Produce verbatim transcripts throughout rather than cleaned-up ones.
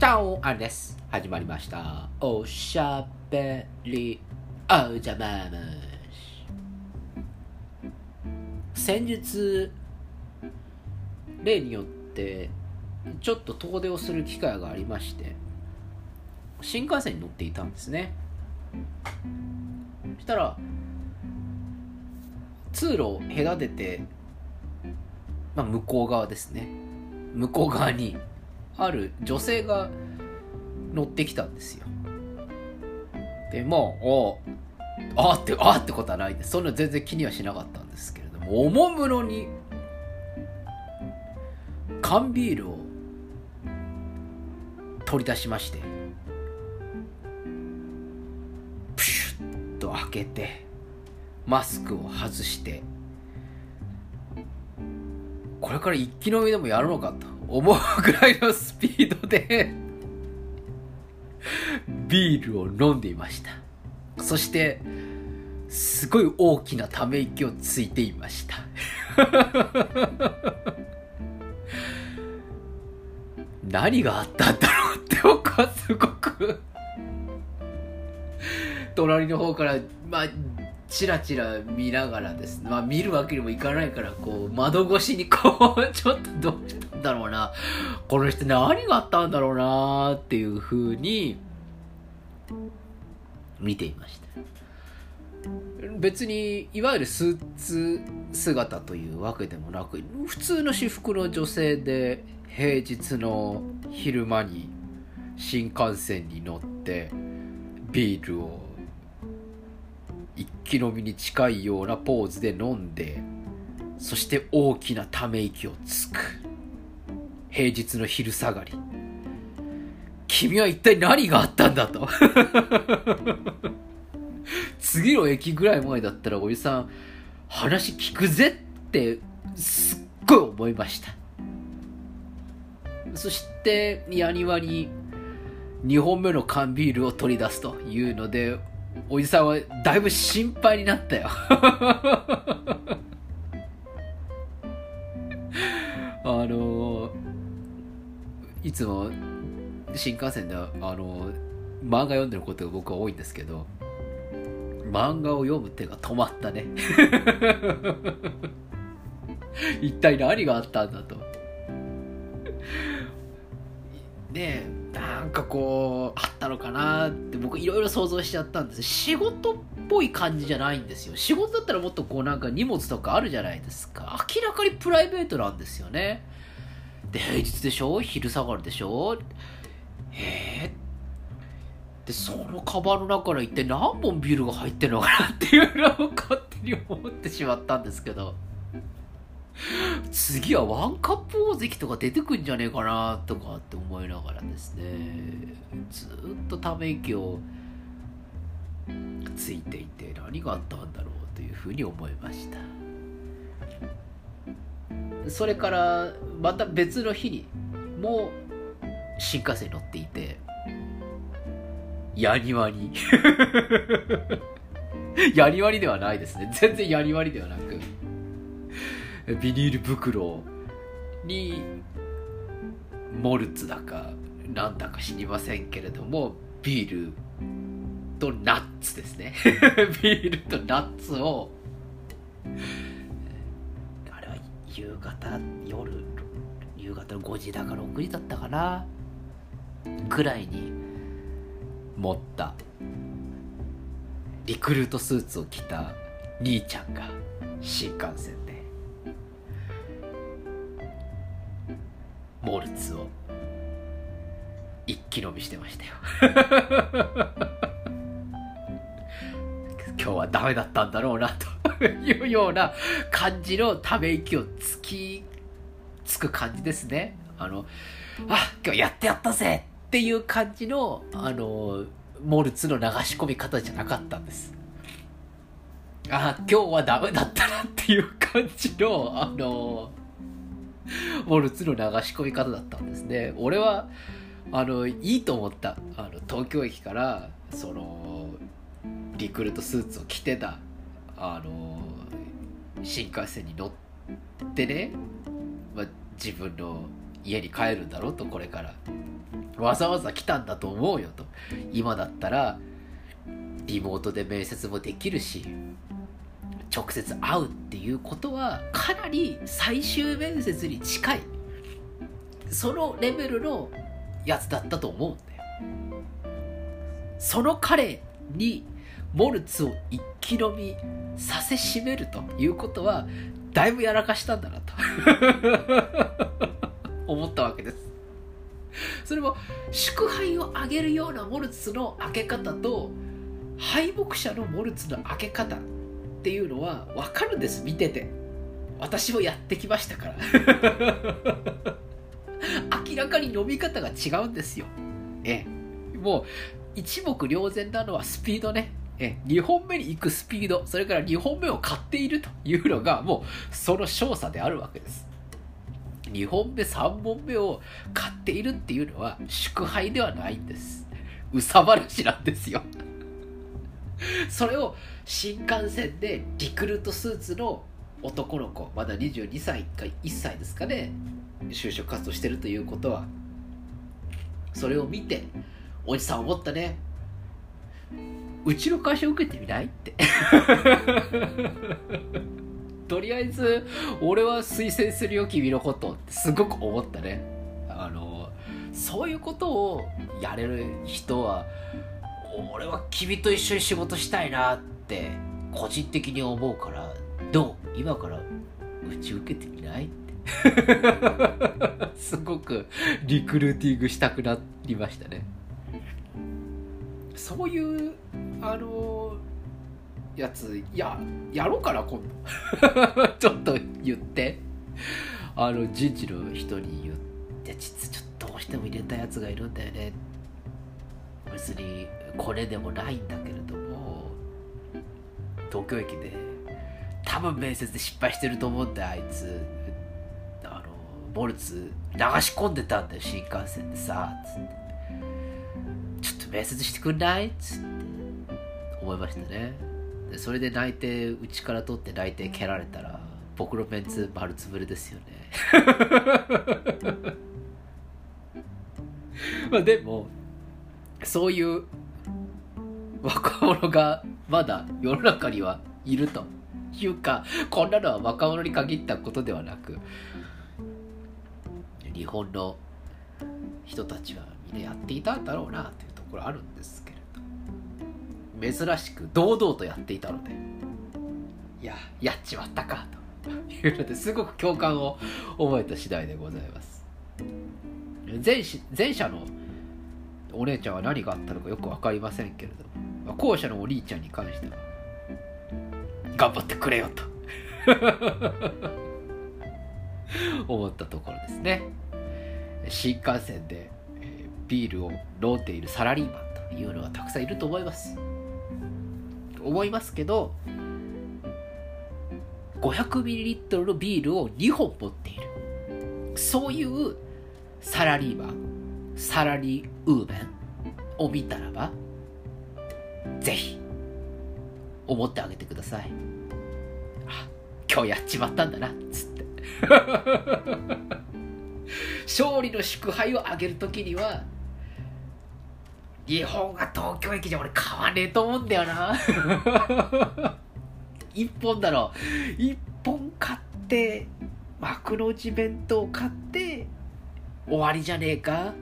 チャオあれです。始まりました。おしゃべりおじゃまむし。先日、例によってちょっと遠出をする機会がありまして、新幹線に乗っていたんですね。そしたら通路を隔てて、まあ、向こう側ですね。向こう側にある女性が乗ってきたんですよ。でもうああってああってことはないです。そんな全然気にはしなかったんですけれども、おもむろに缶ビールを取り出しまして、プシュッと開けてマスクを外して、これから一気飲みでもやるのかと思うぐらいのスピードでビールを飲んでいました。そしてすごい大きなため息をついていました何があったんだろうって僕はすごく隣の方からまあチラチラ見ながらですね、まあ見るわけにもいかないから、こう窓越しにこうちょっとどうしたんだろうな、この人何があったんだろうなっていう風に見ていました。別にいわゆるスーツ姿というわけでもなく、普通の私服の女性で平日の昼間に新幹線に乗ってビールを一気飲みに近いようなポーズで飲んで、そして大きなため息をつく平日の昼下がり。君は一体何があったんだと次の駅ぐらい前だったらおじさん話聞くぜってすっごい思いました。そしてやにわににほんめの缶ビールを取り出すというので、おじさんはだいぶ心配になったよあのいつも新幹線であの漫画読んでることが僕は多いんですけど、漫画を読む手が止まったね一体何があったんだと。でなんかこうあったのかなって僕いろいろ想像しちゃったんです。仕事っぽい感じじゃないんですよ。仕事だったらもっとこうなんか荷物とかあるじゃないですか。明らかにプライベートなんですよね。で平日でしょ、昼下がりでしょ、へえ。でそのカバンの中から一体何本ビールが入ってるのかなっていうのを勝手に思ってしまったんですけど、次はワンカップ大関とか出てくんじゃねえかなとかって思いながらですね、ずっとため息をついていて、何があったんだろうというふうに思いました。それからまた別の日にも新幹線に乗っていて、やにわにやにわりではないですね、全然やにわりではなく、ビニール袋にモルツだかなんだか知りませんけれども、ビールとナッツですねビールとナッツを、あれは夕方夜夕方のごじだかろくじだったかなぐらいに持ったリクルートスーツを着た兄ちゃんが新幹線でモルツを一気飲みしてましたよ今日はダメだったんだろうなというような感じのため息をつきつく感じですね。あのあ今日やってやったぜっていう感じのあのモルツの流し込み方じゃなかったんです。あ今日はダメだったなっていう感じのあのモルツの流し込み方だったんですね。俺はあのいいと思った。あの東京駅からそのリクルートスーツを着てたあの新幹線に乗ってね、まあ、自分の家に帰るんだろうと、これからわざわざ来たんだと思うよと。今だったらリモートで面接もできるし、直接会うっていうことはかなり最終面接に近い、そのレベルのやつだったと思うんだよ。その彼にモルツを一気飲みさせしめるということはだいぶやらかしたんだなと思ったわけです。それも祝杯をあげるようなモルツの開け方と敗北者のモルツの開け方っていうのは分かるんです。見てて私もやってきましたから明らかに飲み方が違うんですよ、ね、もう一目瞭然なのはスピードね。えにほんめに行くスピード、それからにほんめを買っているというのがもうその勝者であるわけです。にほんめさんぼんめを買っているっていうのは祝杯ではないんです。うさばらしなんですよそれを新幹線でリクルートスーツの男の子、まだにじゅうにさいかいっさいですかね、就職活動してるということは、それを見ておじさん思ったね。うちの会社受けてみないってとりあえず俺は推薦するよ君のことってすごく思ったね。あのそういうことをやれる人は俺は君と一緒に仕事したいなって個人的に思うから、どう今からうち受けてみないってすごくリクルーティングしたくなりましたね。そういうあのやつややろうかな今度ちょっと言ってあの人事の人に言って、実はちょっとどうしても入れたやつがいるんだよね、別にこれでもないんだけれども東京駅で多分面接で失敗してると思うんだよ、あいつあのモルツ流し込んでたんだよ新幹線でさつってちょっと面接してくんないっつって思いましたね。でそれで内定うちから取って内定蹴られたら僕のメンツ丸つぶれですよねまあでもそういう若者がまだ世の中にはいるというか、こんなのは若者に限ったことではなく日本の人たちはみんなやっていたんだろうなというところあるんですけれど、珍しく堂々とやっていたので、いややっちまったかというのですごく共感を覚えた次第でございます。前, 前者のお姉ちゃんは何があったのかよく分かりませんけれども、後者のお兄ちゃんに関しては頑張ってくれよと思ったところですね。新幹線で、えー、ビールを飲んでいるサラリーマンというのはたくさんいると思います思いますけど、ごひゃくミリリットル のビールをにほん持っている、そういうサラリーマン、サラリーウーメンを見たらばぜひ思ってあげてください。あ、今日やっちまったんだなっつって勝利の祝杯をあげるときには日本が東京駅じゃ俺買わねえと思うんだよな一本だろ、一本買って幕の内弁当買って終わりじゃねえか。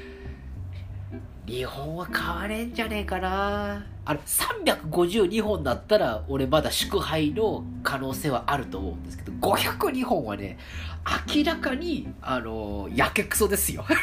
日本は買わねえんじゃねえかな。あれさんびゃくごじゅうにほんだったら俺まだ祝杯の可能性はあると思うんですけど、ごひゃくにほんはね明らかにあのやけくそですよ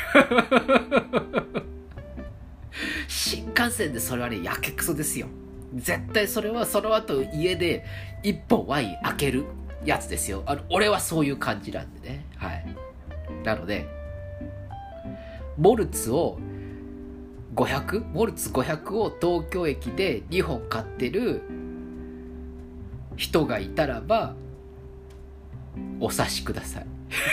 新幹線でそれはねやけくそですよ。絶対それはその後家で一本ワイン開けるやつですよ。あの俺はそういう感じなんでね。はい。なのでモルツをごひゃくモルツごひゃくを東京駅でにほん買ってる人がいたらばお察しください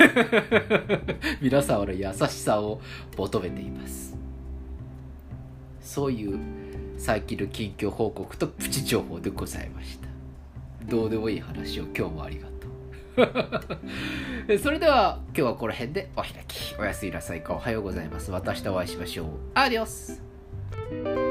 皆様の優しさを求めています。そういう最近の近況報告とプチ情報でございました。どうでもいい話を今日もありがとそれでは今日はこの辺でお開き。おやすみなさいか、おはようございます。また明日お会いしましょう。アディオス。